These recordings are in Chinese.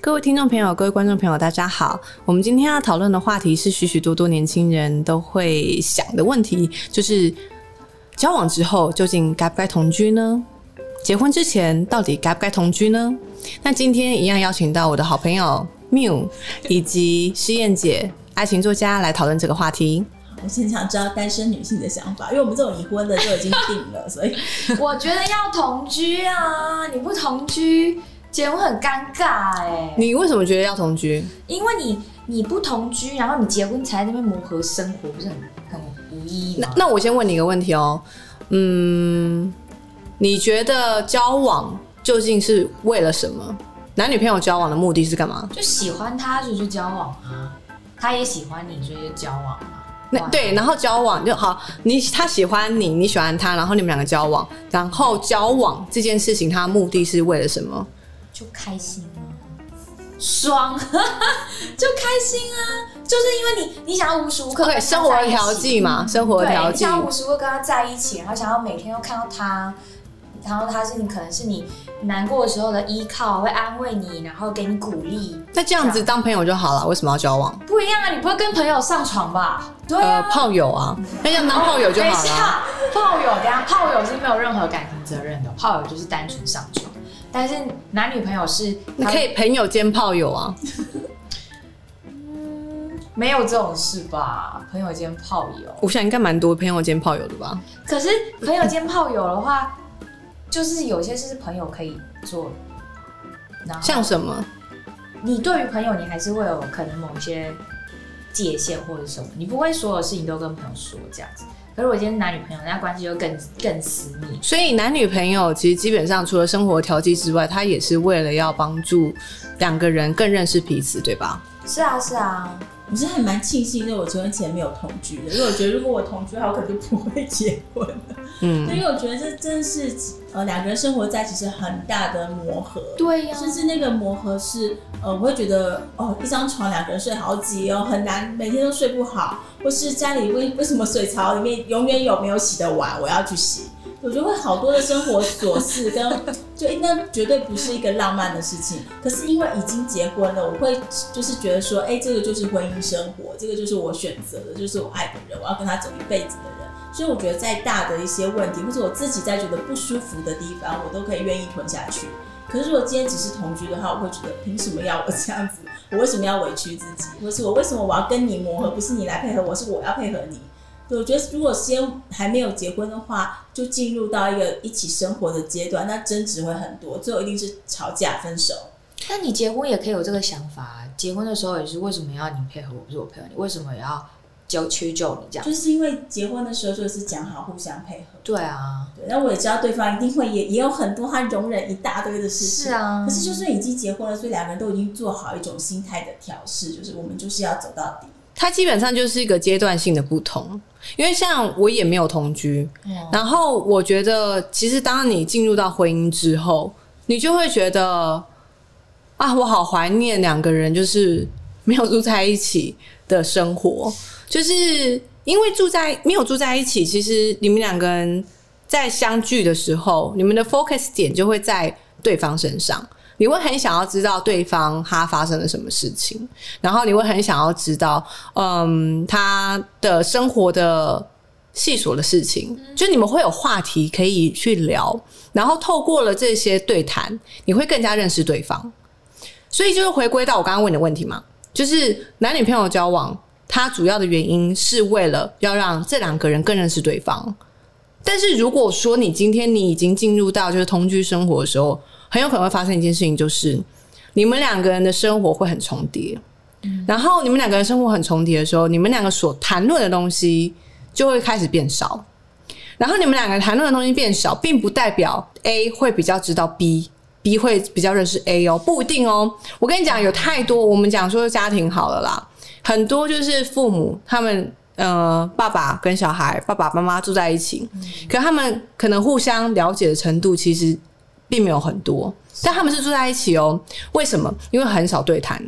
各位听众朋友，各位观众朋友，大家好。我们今天要讨论的话题是许许多多年轻人都会想的问题，就是交往之后究竟该不该同居呢？结婚之前到底该不该同居呢？那今天一样邀请到我的好朋友 Miu 以及诗燕姐爱情作家来讨论这个话题。 我先想知道单身女性的想法，因为我们这种已婚的就已经定了，所以我觉得要同居啊！你不同居，结婚很尴尬哎。 你为什么觉得要同居？ 因为你不同居，然后你结婚才在那边磨合生活，不是很无意义吗？ 那我先问你一个问题哦，你觉得交往究竟是为了什么？男女朋友交往的目的是干嘛？ 就喜欢他，所以就交往啊。他也喜欢你，所以就交往啊。 对，然后交往就好，他喜欢你，你喜欢他，然后你们两个交往，然后交往这件事情，它的目的是为了什么？ 就开心啊，爽，就开心啊，就是因为你想要无时无刻对生活的调剂嘛，生活的调剂， 你想要无时无刻跟他在一起，然后想要每天都看到他。然后他是可能是你难过的时候的依靠，会安慰你，然后给你鼓励。 那这样子当朋友就好了，为什么要交往？ 不一样啊，你不会跟朋友上床吧？对啊， 炮友啊，那这样当炮友就好了。 炮友，等一下，炮友是没有任何感情责任的，炮友就是单纯上床。但是男女朋友是， 你可以朋友兼炮友啊。 没有这种事吧？朋友兼炮友， 我想应该蛮多朋友兼炮友的吧。 可是朋友兼炮友的话。就是有些事是朋友可以做， 像什么？ 你对于朋友，你还是会有可能某一些界限或者什么，你不会所有事情都跟朋友说这样子。可是我今天男女朋友，那关系就更私密。 所以男女朋友其实基本上除了生活调剂之外，他也是为了要帮助两个人更认识彼此，对吧？ 是啊，是啊。 我是还蛮庆幸的，我结婚前没有同居的，因为我觉得如果我同居的话，我可能就不会结婚了。因为我觉得这真的是两个人生活在一起是很大的磨合。 对呀， 甚至那个磨合是我会觉得一张床两个人睡好挤哦，很难每天都睡不好，或是家里为什么水槽里面永远有没有洗的碗，我要去洗。我觉得会好多的生活琐事跟那绝对不是一个浪漫的事情。可是因为已经结婚了，我会就是觉得说，这个就是婚姻生活，这个就是我选择的，就是我爱的人，我要跟他走一辈子的人。所以我觉得再大的一些问题，或者我自己在觉得不舒服的地方，我都可以愿意吞下去。可是如果今天只是同居的话，我会觉得凭什么要我这样子？我为什么要委屈自己？或是我为什么我要跟你磨合？不是你来配合我，是我要配合你。对，我觉得如果先还没有结婚的话，就进入到一个一起生活的阶段，那争执会很多，最后一定是吵架分手。 那你结婚也可以有这个想法，结婚的时候也是为什么要你配合我，不是我配合你？为什么也要屈就你这样？ 就是因为结婚的时候就是讲好互相配合。 对啊， 对。那我也知道对方一定会也有很多他容忍一大堆的事情。 是啊。 可是就是已经结婚了，所以两个人都已经做好一种心态的调试，就是我们就是要走到底。 它基本上就是一个阶段性的不同，因为像我也没有同居，然后我觉得其实当你进入到婚姻之后，你就会觉得我好怀念两个人就是没有住在一起的生活，就是因为没有住在一起，其实你们两个人在相聚的时候，你们的 focus 点就会在对方身上。你会很想要知道对方他发生了什么事情，然后你会很想要知道他的生活的细琐的事情，就你们会有话题可以去聊，然后透过了这些对谈，你会更加认识对方。所以就是回归到我刚刚问你的问题嘛，就是男女朋友交往它主要的原因是为了要让这两个人更认识对方。但是如果说你今天你已经进入到就是同居生活的时候，很有可能会发生一件事情，就是你们两个人的生活会很重叠，然后你们两个人生活很重叠的时候，你们两个所谈论的东西就会开始变少，然后你们两个谈论的东西变少，并不代表 A 会比较知道 B 会比较认识 A 哦，不一定哦。我跟你讲，有太多我们讲说家庭好了啦，很多就是父母他们爸爸跟小孩，爸爸妈妈住在一起，可他们可能互相了解的程度其实并没有很多，但他们是住在一起哦。为什么？因为很少对谈，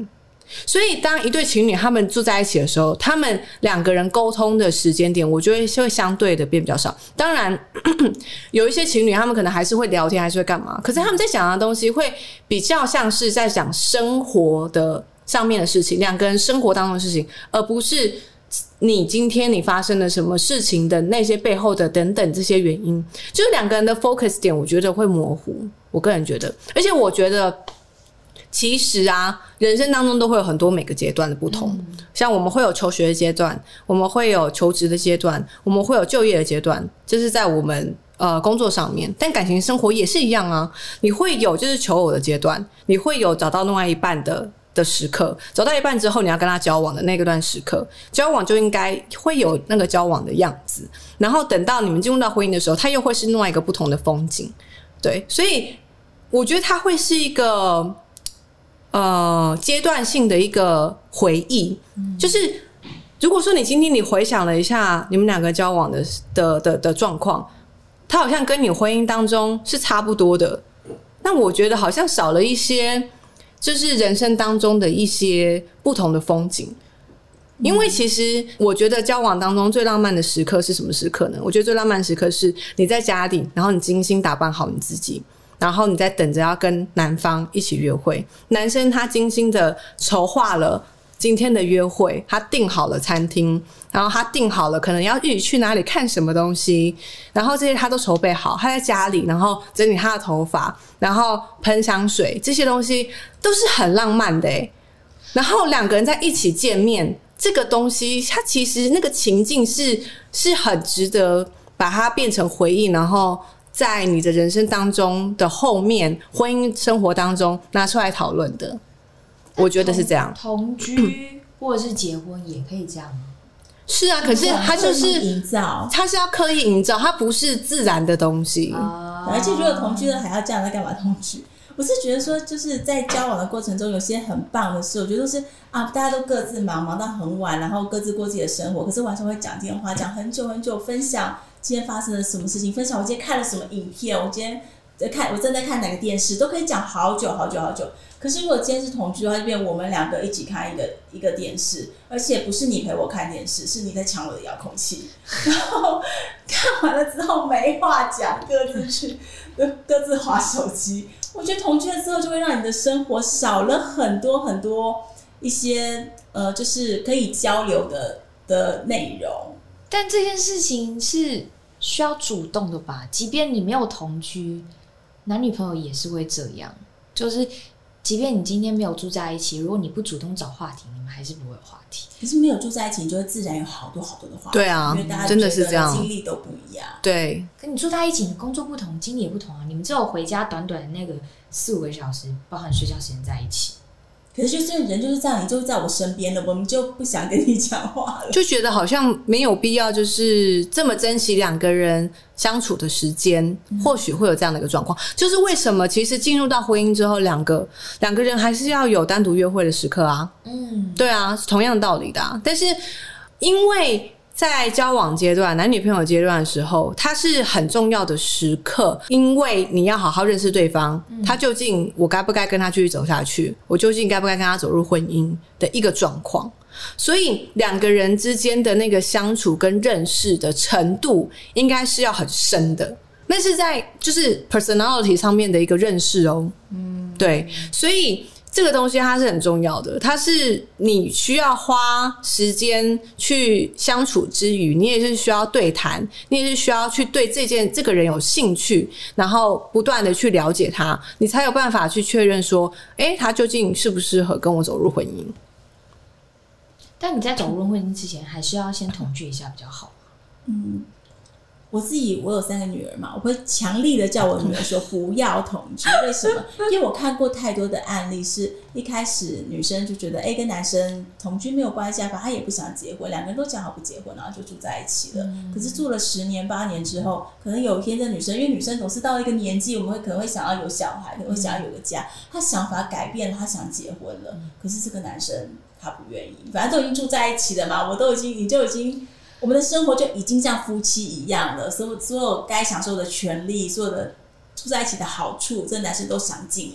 所以当一对情侣他们住在一起的时候，他们两个人沟通的时间点我觉得会相对的变比较少。当然有一些情侣他们可能还是会聊天，还是会干嘛，可是他们在讲的东西会比较像是在讲生活的上面的事情，两个人生活当中的事情，而不是你今天你发生了什么事情的那些背后的等等这些原因，就是两个人的 focus 点我觉得会模糊，我个人觉得。而且我觉得其实啊，人生当中都会有很多每个阶段的不同，像我们会有求学的阶段，我们会有求职的阶段，我们会有就业的阶段，就是在我们工作上面，但感情生活也是一样啊。你会有就是求偶的阶段，你会有找到另外一半的时刻，找到一半之后你要跟他交往的那个段时刻，交往就应该会有那个交往的样子，然后等到你们进入到婚姻的时候，它又会是另外一个不同的风景。对，所以我觉得它会是一个阶段性的一个回忆，就是如果说你今天你回想了一下你们两个交往的状况，它好像跟你婚姻当中是差不多的，那我觉得好像少了一些就是人生当中的一些不同的风景。因为其实我觉得交往当中最浪漫的时刻是什么时刻呢？我觉得最浪漫的时刻是你在家里，然后你精心打扮好你自己，然后你在等着要跟男方一起约会，男生他精心的筹划了今天的约会，他订好了餐厅，然后他订好了可能要一起去哪里看什么东西，然后这些他都筹备好，他在家里然后整理他的头发，然后喷香水，这些东西都是很浪漫的耶。然后两个人在一起见面，这个东西它其实那个情境是很值得把它变成回忆，然后在你的人生当中的后面婚姻生活当中拿出来讨论的，我觉得是这样。 同居或者是结婚也可以这样吗？ 是啊，可是它就是营造， 它是要刻意营造，它不是自然的东西。 而且如果同居了还要这样，那干嘛同居？我是觉得说，就是在交往的过程中，有些很棒的事，我觉得都是大家都各自忙到很晚，然后各自过自己的生活，可是晚上会讲电话，讲很久很久，分享今天发生了什么事情，分享我今天看了什么影片，我今天我正在看哪个电视，都可以讲好久好久好久。可是如果今天是同居的话，就变我们两个一起看一个电视，而且不是你陪我看电视，是你在抢我的遥控器，然后看完了之后没话讲，各自滑手机。我觉得同居了之后，就会让你的生活少了很多很多一些就是可以交流的内容。 但这件事情是需要主动的吧？即便你没有同居，男女朋友也是会这样，就是即便你今天没有住在一起，如果你不主动找话题，你们还是不会有话题。 可是没有住在一起，你就会自然有好多好多的话题。 对啊， 因为大家真的是这样， 经历都不一样。 对， 跟你住在一起，你工作不同，经历也不同啊。你们只有回家短短的那个4-5个小时，包含睡觉时间在一起。 可是就是人就是这样，你就在我身边了，我们就不想跟你讲话了， 就觉得好像没有必要，就是这么珍惜两个人相处的时间，或许会有这样的一个状况。就是为什么其实进入到婚姻之后，两个人还是要有单独约会的时刻啊？对啊，是同样的道理的啊。但是因为在交往阶段、男女朋友阶段的时候，它是很重要的时刻，因为你要好好认识对方，他究竟我该不该跟他继续走下去，我究竟该不该跟他走入婚姻的一个状况。所以两个人之间的那个相处跟认识的程度应该是要很深的，那是在就是 personality 上面的一个认识哦。对，所以这个东西它是很重要的，它是你需要花时间去相处之余，你也是需要对谈，你也是需要去对这个人有兴趣，然后不断的去了解他，你才有办法去确认说他究竟适不适合跟我走入婚姻。 但你在走入婚姻之前，还是要先同居一下比较好。 我有3个女儿嘛，我会强力的叫我女儿说不要同居。为什么？因为我看过太多的案例，是一开始女生就觉得跟男生同居没有关系啊，反正他也不想结婚，两个人都讲好不结婚，然后就住在一起了。可是住了10年8年之后，可能有一天这女生，因为女生总是到了一个年纪，我们可能会想要有小孩，可能会想要有个家，她想法改变了，她想结婚了。可是这个男生他不愿意，反正都已经住在一起了嘛，你就已经。我们的生活就已经像夫妻一样了，所有该享受的权利，所有的住在一起的好处，这男生都享尽了。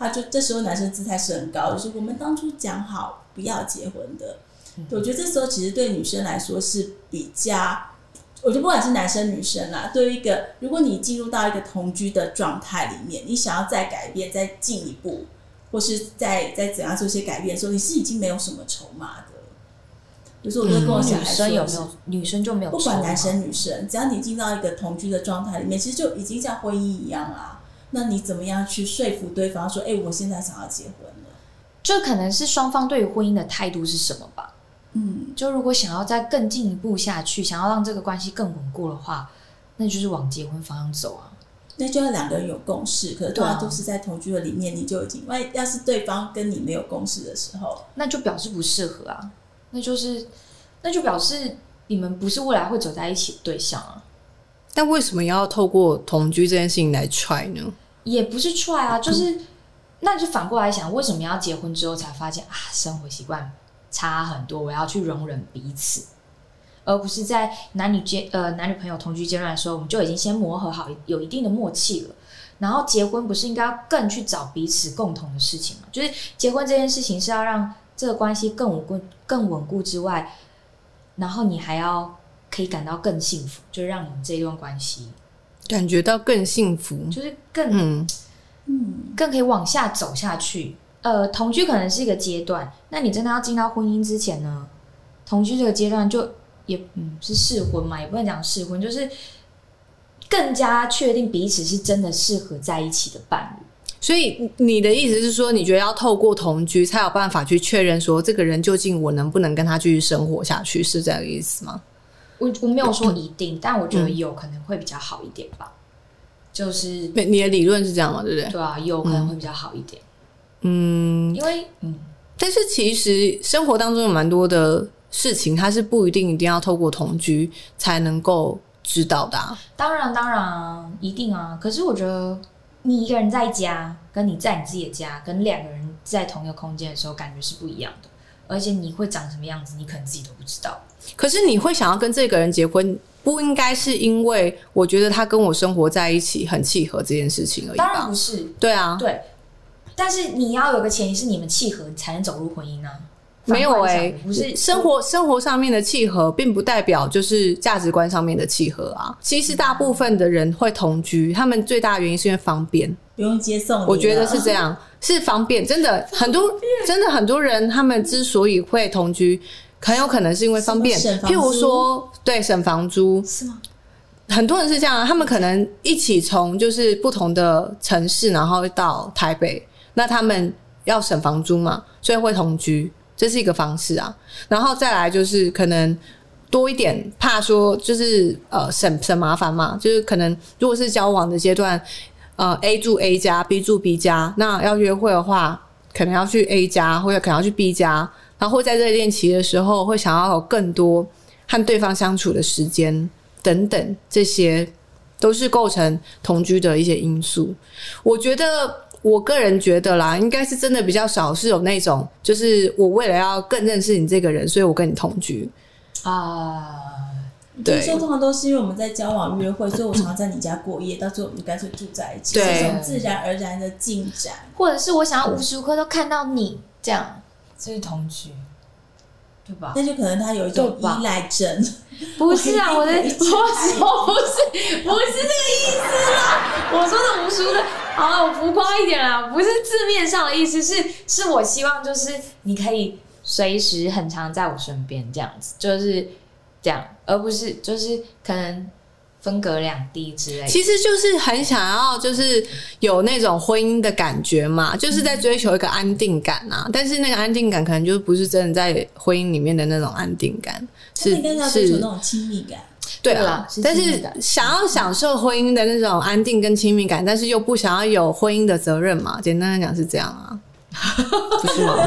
他就这时候男生姿态是很高，就是我们当初讲好不要结婚的。我觉得这时候其实对女生来说是比较，我觉得不管是男生女生啦，对于一个如果你进入到一个同居的状态里面，你想要再改变再进一步，或是再怎样做一些改变的时候，你是已经没有什么筹码的。比如说我就跟我小孩说， 女生有没有女生就没有筹码， 不管男生女生，只要你进到一个同居的状态里面，其实就已经像婚姻一样啦。那你怎么样去说服对方说，我现在想要结婚了？ 就可能是双方对于婚姻的态度是什么吧。就如果想要再更进一步下去，想要让这个关系更稳固的话，那就是往结婚方向走啊。 那就要两个人有共识，可是通常都是在同居的里面，你就已经，要是对方跟你没有共识的时候， 那就表示不适合啊，那就表示你们不是未来会走在一起的对象啊。 但为什么要透过同居这件事情来try呢？ 也不是try啊，就是那就反过来想，为什么要结婚之后才发现啊，生活习惯差很多，我要去容忍彼此，而不是在男女朋友同居阶段的时候，我们就已经先磨合好，有一定的默契了。然后结婚不是应该要更去找彼此共同的事情吗？就是结婚这件事情是要让这个关系更稳固之外，然后你还要可以感到更幸福，就是让你们这一段关系感觉到更幸福， 就是更可以往下走下去。同居可能是一个阶段，那你真的要进到婚姻之前呢，同居这个阶段就也是试婚嘛，也不能讲试婚，就是更加确定彼此是真的适合在一起的伴侣。 所以你的意思是说，你觉得要透过同居才有办法去确认说这个人究竟我能不能跟他继续生活下去，是这样的意思吗？ 我没有说一定，但我觉得有可能会比较好一点吧。就是你的理论是这样吗？对不对？ 对啊，有可能会比较好一点。因为但是其实生活当中有蛮多的事情，它是不一定要透过同居才能够知道的啊。 当然一定啊。可是我觉得你一个人在家，跟你在你自己的家，跟两个人在同一个空间的时候，感觉是不一样的。而且你会长什么样子，你可能自己都不知道。 可是你会想要跟这个人结婚，不应该是因为我觉得他跟我生活在一起很契合这件事情而已吧？ 当然不是。 对啊， 对。但是你要有个前提是你们契合，才能走入婚姻啊。 没有不是生活上面的契合，并不代表就是价值观上面的契合啊。其实大部分的人会同居，他们最大的原因是因为方便， 不用接送你。 我觉得是这样，是方便。真的很多人，他们之所以会同居，很有可能是因为方便。譬如说，对，省房租是吗？ 很多人是这样，他们可能一起从就是不同的城市，然后到台北，那他们要省房租嘛，所以会同居。这是一个方式啊，然后再来就是可能多一点，怕说就是省麻烦嘛，就是可能如果是交往的阶段，A 住 A 家 ，B 住 B 家，那要约会的话，可能要去 A 家，或者可能要去 B 家，然后会在热恋期的时候会想要有更多和对方相处的时间等等，这些都是构成同居的一些因素。我个人觉得啦，应该是真的比较少是有那种，就是我为了要更认识你这个人，所以我跟你同居啊。 对，通常都是因为我们在交往约会，所以我常常在你家过夜，到最后我们就干脆住在一起，是一种自然而然的进展。 或者是我想要无时无刻都看到你，这样这是同居，对吧？ 那就可能他有一种依赖症。 不是啊，我说不是这个意思啦。我说的无时无刻，好了，我浮夸一点啦，不是字面上的意思，是我希望就是你可以随时很常在我身边这样子，就是这样，而不是就是可能分隔两地之类的。 其实就是很想要就是有那种婚姻的感觉嘛，就是在追求一个安定感啊。但是那个安定感可能就不是真的在婚姻里面的那种安定感，是追求那种亲密感。 对啊，但是想要享受婚姻的那种安定跟亲密感，但是又不想要有婚姻的责任嘛。简单的讲是这样啊，不是吗？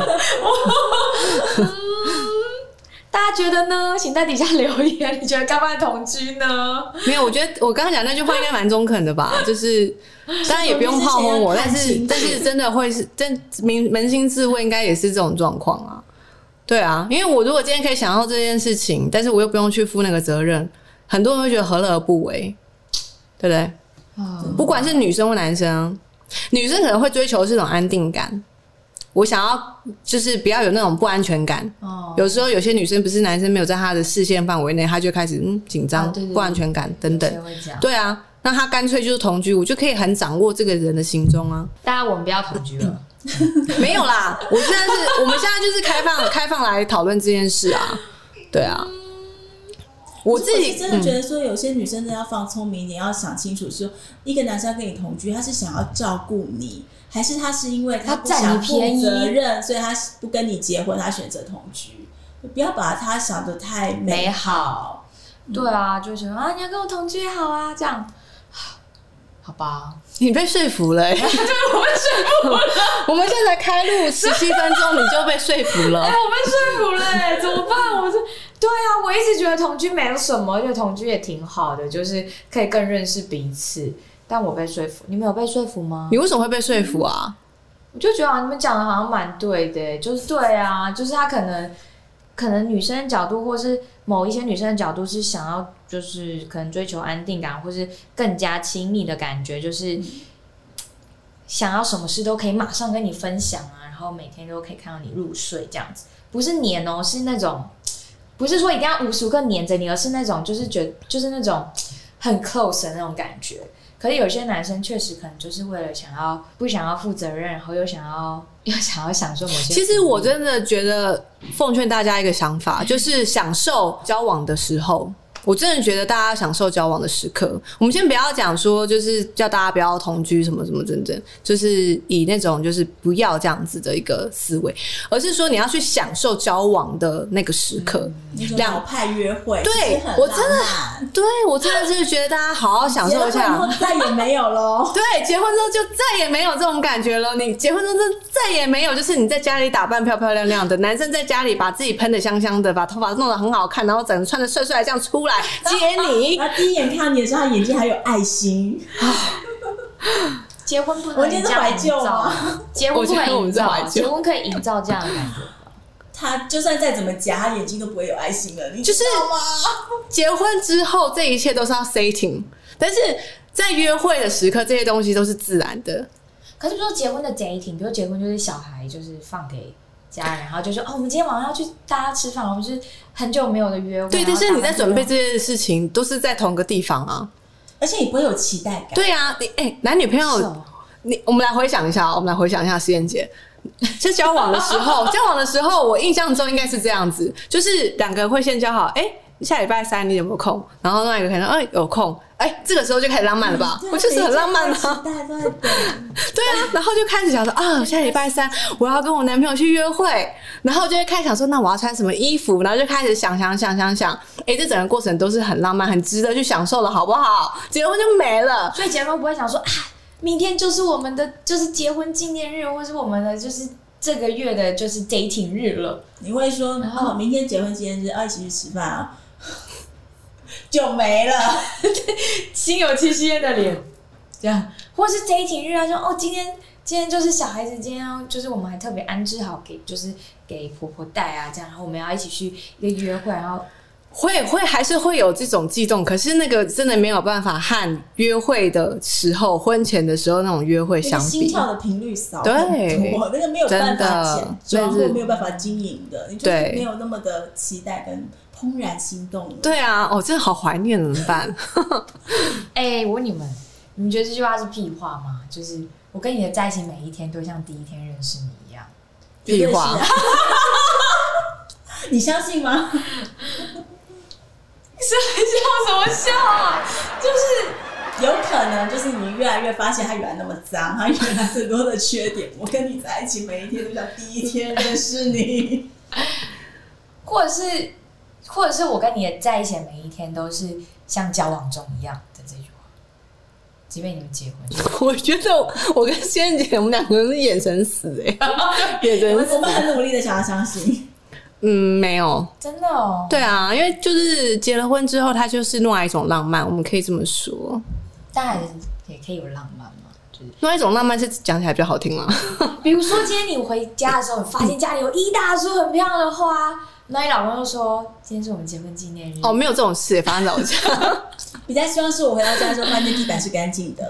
大家觉得呢？请在底下留言，你觉得该不该同居呢？ 没有，我觉得我刚刚讲那句话应该蛮中肯的吧，就是当然也不用炮轰我，但是真的会是真扪心自问，应该也是这种状况啊。对啊，因为我如果今天可以想到这件事情，但是我又不用去负那个责任，很多人会觉得何乐而不为，对不对？不管是女生或男生， 女生可能会追求这种安定感，我想要就是不要有那种不安全感。有时候有些女生不是男生没有在她的视线范围内，她就开始紧张、不安全感等等。对啊，那她干脆就是同居，我就可以很掌握这个人的行踪啊。 大家我们不要同居了。 没有啦，我们现在就是开放来讨论这件事啊。对啊。我自己真的觉得说，有些女生真的要放聪明一点，要想清楚，说一个男生要跟你同居，他是想要照顾你，还是他是因为他不想负责任，所以他不跟你结婚，他选择同居。不要把他想得太美好。 对啊，就觉得啊，你要跟我同居也好啊，这样。好吧， 你被说服了、欸，对，我被说服了。我们现在才开录17分钟，你就被说服了。 我被说服了、欸，怎么办？对啊，我一直觉得同居没有什么，因为同居也挺好的，就是可以更认识彼此。但我被说服，你们有被说服吗？ 你为什么会被说服啊？ 我就觉得你们讲的好像蛮对的、欸，就是对啊，就是他可能女生的角度，或是某一些女生的角度是想要，就是可能追求安定感，或是更加亲密的感觉，就是想要什么事都可以马上跟你分享啊，然后每天都可以看到你入睡这样子，不是黏哦，是那种不是说一定要无时无刻黏着你，而是那种就是那种很 close 的那种感觉。可是有些男生确实可能就是为了不想要负责任，然后又想要享受某些。 其实我真的觉得奉劝大家一个想法，就是享受交往的时候。我真的觉得大家享受交往的时刻。我们先不要讲说，就是叫大家不要同居什么什么等等，就是以那种就是不要这样子的一个思维，而是说你要去享受交往的那个时刻。 老派约会， 对我真的是觉得大家好好享受一下。 结婚后再也没有咯。 对，结婚之后就再也没有这种感觉了。你结婚之后再也没有，就是你在家里打扮漂漂亮亮的，男生在家里把自己喷得香香的，把头发弄得很好看，然后整个穿得帅帅这样出来接你。 然后第一眼看到你的时候，他眼睛还有爱心。 结婚不能这样营造，结婚不能营造，结婚可以营造这样的感觉。 他就算再怎么假，他眼睛都不会有爱心了，你知道吗？ 结婚之后，这一切都是要 setting， 但是在约会的时刻，这些东西都是自然的。 可是比如说结婚的 dating， 比如结婚就是小孩就是放给家人，然后就说哦，我们今天晚上要去大家吃饭，我们就是很久没有的约会。 对，但是你在准备这件事情都是在同个地方啊， 而且你不会有期待感。 对啊，男女朋友，我们来回想一下，实验姐。在交往的时候，我印象中应该是这样子，就是两个人会先交好，下礼拜三你有没有空？然后另外一个可能有空，这个时候就开始浪漫了吧？我就是很浪漫啊，对啊，然后就开始想说啊，下礼拜三我要跟我男朋友去约会，然后就会开始想说，那我要穿什么衣服？然后就开始想，这整个过程都是很浪漫，很值得去享受的，好不好？结婚就没了， 所以结婚不会想说啊。明天就是我们的就是结婚纪念日，或是我们的就是这个月的就是 dating 日了。 你会说明天结婚纪念日一起去吃饭啊，就没了， 心有戚戚焉的脸，这样，或是 dating 日啊，说今天就是小孩子，今天就是我们还特别安置好给婆婆带啊，这样，然后我们要一起去一个约会，然后。 还是会有这种悸动，可是那个真的没有办法和约会的时候、婚前的时候那种约会相比， 心跳的频率少很多，那个没有办法减装或没有办法经营的，你就是没有那么的期待跟怦然心动了。 对啊，真的好怀念，怎么办？ 我问你们觉得这句话是屁话吗？就是我跟你的在一起每一天都像第一天认识你一样， 屁话。 你相信吗？ 笑什么笑啊？就是有可能，就是你越来越发现他原来那么脏，他原来很多的缺点。我跟你在一起每一天都像第一天认识你， 或者是我跟你在一起每一天都是像交往中一样的这句话。即便你们结婚， 我觉得我跟仙姐我们两个人是眼神死眼神死。 我们很努力的想要相信。 没有， 真的哦。 对啊，因为就是结了婚之后，它就是另外一种浪漫，我们可以这么说。 当然也可以有浪漫嘛，就是另外一种浪漫是讲起来比较好听嘛。 比如说今天你回家的时候，你发现家里有一大束很漂亮的花，那你老公就说今天是我们结婚纪念日。 没有这种事发生在我家。 比较希望是我回到家的时候，发现地板是干净的。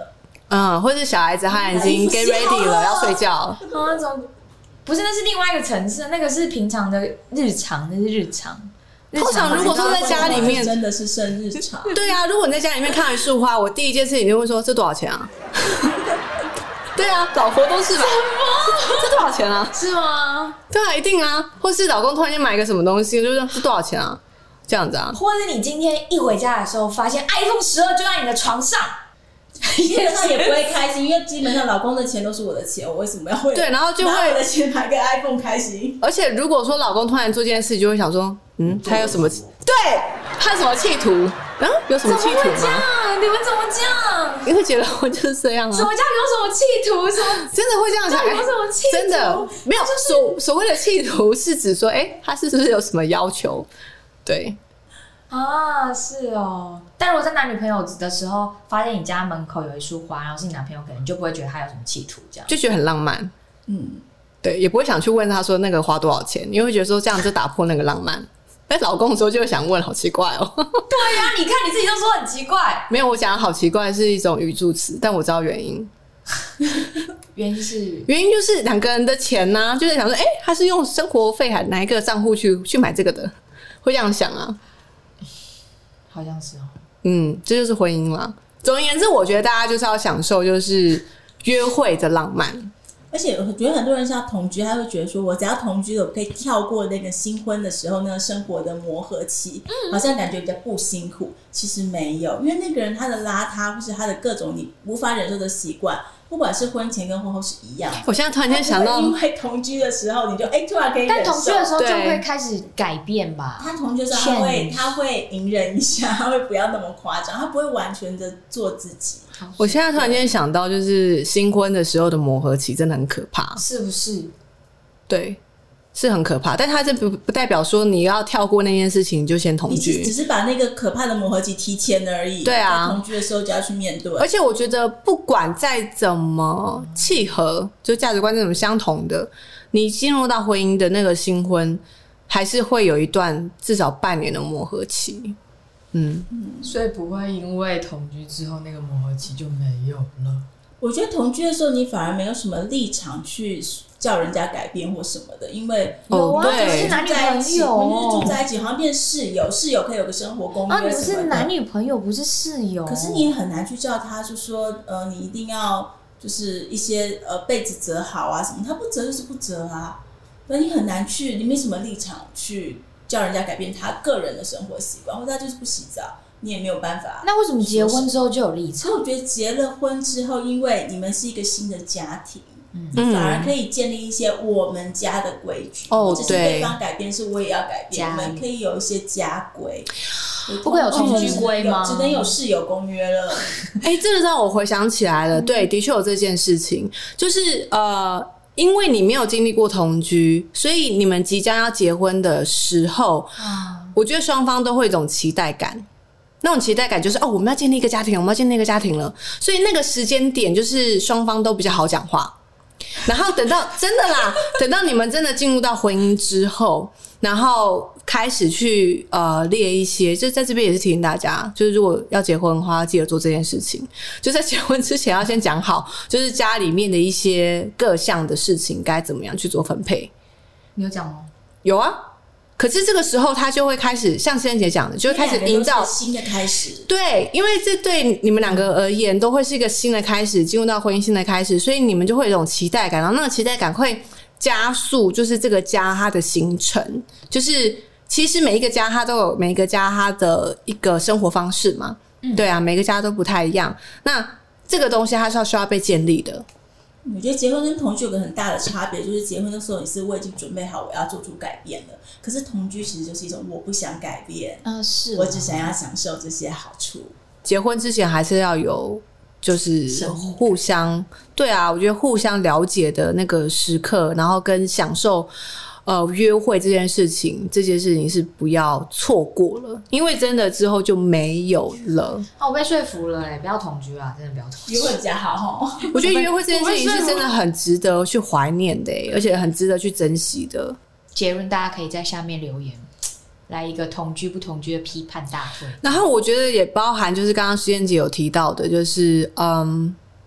或者是小孩子他已经 get ready 了，要睡觉。 那种不是，那是另外一个层次，那个是平常的日常，那是日常。 通常如果说在家里面， 真的是生日常。 对啊，如果你在家里面看一束花，我第一件事情就会说这多少钱啊？对啊，老婆都是吧？这多少钱啊？ 是吗？ 对啊，一定啊。或是老公突然间买个什么东西，就是这多少钱啊？这样子啊。 或者你今天一回家的时候，发现 iPhone 12就在你的床上。 基本上也不会开心，因为基本上老公的钱都是我的钱，我为什么要为对，然后就会拿我的钱买个 iPhone 开心？ 而且如果说老公突然做这件事，就会想说，他有什么？对，他有什么企图？有什么企图吗？ 怎么会这样？你们怎么这样？ 你会觉得我就是这样啊？ 什么叫有什么企图？什么真的会这样想？ 有什么企图？ 真的没有所谓的企图，是指说，他是不是有什么要求？对。 啊，是哦。但如果在男女朋友的时候，发现你家门口有一束花，然后是你男朋友，可能就不会觉得他有什么企图，这样就觉得很浪漫。对，也不会想去问他说那个花多少钱，因为会觉得说这样就打破那个浪漫。但老公的时候就会想问，好奇怪哦。 对呀，你看你自己都说很奇怪。 没有，我讲好奇怪是一种语助词，但我知道原因。 原因就是两个人的钱呢，就是想说，他是用生活费还哪一个账户去买这个的，会这样想啊。 好像是哦。 这就是婚姻啦。总而言之，我觉得大家就是要享受就是约会的浪漫。 而且我觉得很多人像同居，他会觉得说我只要同居了，我可以跳过那个新婚的时候那个生活的磨合期，好像感觉比较不辛苦。其实没有，因为那个人他的邋遢或是他的各种你无法忍受的习惯，不管是婚前跟婚后是一样的。 我现在突然间想到， 因为同居的时候你就突然可以忍受， 但同居的时候就会开始改变吧。 他同居的时候他会隐忍一下，他会不要那么夸张，他不会完全的做自己。 我现在突然间想到，就是新婚的时候的磨合期真的很可怕， 是不是？ 对，是很可怕。但它这不代表说你要跳过那件事情就先同居， 你只是把那个可怕的磨合期提前而已。 对啊， 在同居的时候就要去面对。 而且我觉得不管再怎么契合，就价值观怎么相同的，你进入到婚姻的那个新婚，还是会有一段至少半年的磨合期。 所以不会因为同居之后那个磨合期就没有了。 我觉得同居的时候你反而没有什么立场去叫人家改变或什么的，因为有啊， 对， 是男女朋友， 我们就是住在一起，好像变室友，室友可以有个生活公约什么的。 你是男女朋友，不是室友。 可是你也很难去叫他，就说你一定要就是一些被子折好啊什么，他不折就是不折啊，所以你很难去，你没什么立场去叫人家改变他个人的生活习惯，或者他就是不洗澡，你也没有办法。 那为什么结婚之后就有立场？ 所以我觉得结了婚之后，因为你们是一个新的家庭，你反而可以建立一些我们家的规矩。只是对方改变，是我也要改变。我们可以有一些家规。 不会有同居规吗？ 只能有室友公约了。 这个让我回想起来了，对，的确有这件事情，就是因为你没有经历过同居，所以你们即将要结婚的时候，我觉得双方都会有一种期待感。那种期待感就是我们要建立一个家庭，我们要建立一个家庭了，所以那个时间点就是双方都比较好讲话。然后等到真的啦，等到你们真的进入到婚姻之后，然后开始去列一些，就在这边也是提醒大家，就是如果要结婚的话，要记得做这件事情。就在结婚之前要先讲好，就是家里面的一些各项的事情该怎么样去做分配。 你有讲吗？ 有啊。可是这个时候他就会开始像诗燕姐讲的，就会开始营造新的开始。 对，因为这对你们两个而言都会是一个新的开始，进入到婚姻新的开始，所以你们就会有一种期待感，然后那个期待感会加速，就是这个家它的形成。就是其实每一个家它都有每一个家它的一个生活方式嘛，对啊，每个家都不太一样。那这个东西它是需要被建立的。 我觉得结婚跟同居有个很大的差别，就是结婚的时候你是我已经准备好我要做出改变了，可是同居其实就是一种我不想改变， 是我只想要享受这些好处。 结婚之前还是要有就是互相，对啊，我觉得互相了解的那个时刻，然后跟享受约会这件事情是不要错过了，因为真的之后就没有了。 我被说服了不要同居啊，真的不要同居， 约会比较好我觉得约会这件事情是真的很值得去怀念的而且很值得去珍惜的。 结论大家可以在下面留言，来一个同居不同居的批判大会。 然后我觉得也包含就是刚刚诗燕姐有提到的，就是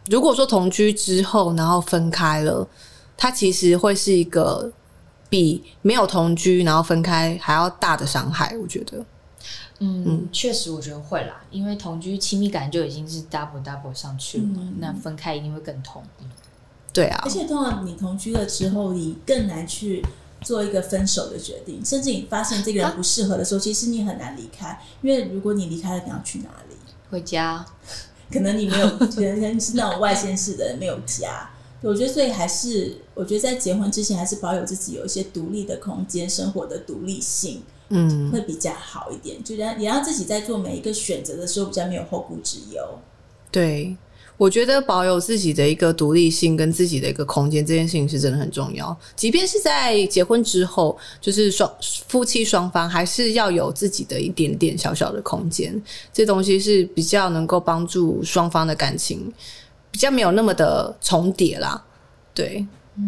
如果说同居之后然后分开了，它其实会是一个比没有同居然后分开还要大的伤害，我觉得。 确实我觉得会啦，因为同居亲密感就已经是 double 上去了，那分开一定会更痛。 对啊， 而且通常你同居了之后，你更难去做一个分手的决定，甚至你发现这个人不适合的时候，其实你很难离开，因为如果你离开了，你要去哪里？ 回家。 可能你没有，可能是那种外县市的人没有家。我觉得，所以还是我觉得在结婚之前，还是保有自己有一些独立的空间，生活的独立性，会比较好一点。就也让自己在做每一个选择的时候，比较没有后顾之忧。 对。我觉得保有自己的一个独立性跟自己的一个空间，这件事情是真的很重要。即便是在结婚之后，就是夫妻双方还是要有自己的一点点小小的空间，这东西是比较能够帮助双方的感情比较没有那么的重叠啦。对，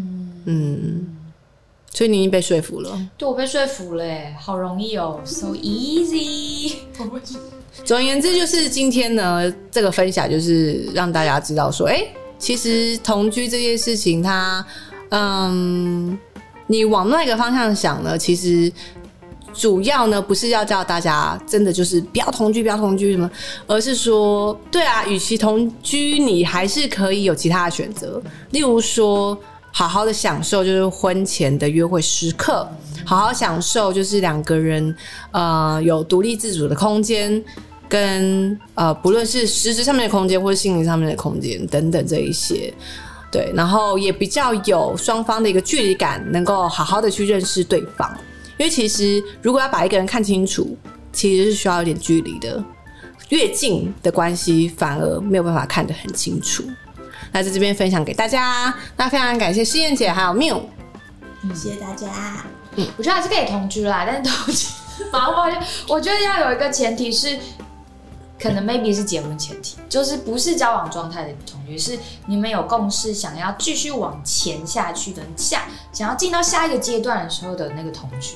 所以你已经被说服了。 对，我被说服了耶，好容易哦 ，so easy。 总而言之，就是今天呢，这个分享就是让大家知道说，其实同居这件事情它，你往那个方向想呢，其实主要呢不是要叫大家真的就是不要同居什么，而是说，对啊，与其同居，你还是可以有其他的选择，例如说，好好的享受就是婚前的约会时刻，好好享受就是两个人有独立自主的空间。跟不论是实质上面的空间或是心灵上面的空间等等这一些，对，然后也比较有双方的一个距离感，能够好好的去认识对方。因为其实如果要把一个人看清楚，其实是需要一点距离的，越近的关系反而没有办法看得很清楚。那在这边分享给大家，那非常感谢诗燕姐还有缪， 谢谢大家。 我觉得还是可以同居啦，但是同居，我觉得要有一个前提是。可能 maybe 是结婚前提，就是不是交往状态的同居，是你们有共识，想要继续往前下去的想要进到下一个阶段的时候的那个同居。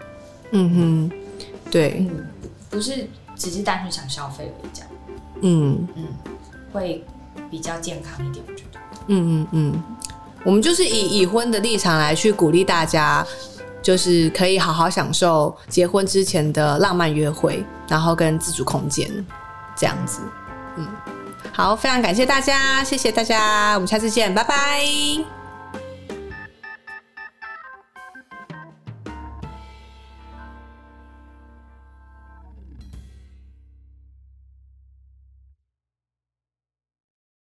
对， 不是只是单纯想消费而已这样。会比较健康一点，我觉得。 我们就是以已婚的立场来去鼓励大家。就是可以好好享受结婚之前的浪漫约会，然后跟自主空间这样子。好，非常感谢大家，谢谢大家，我们下次见，拜拜。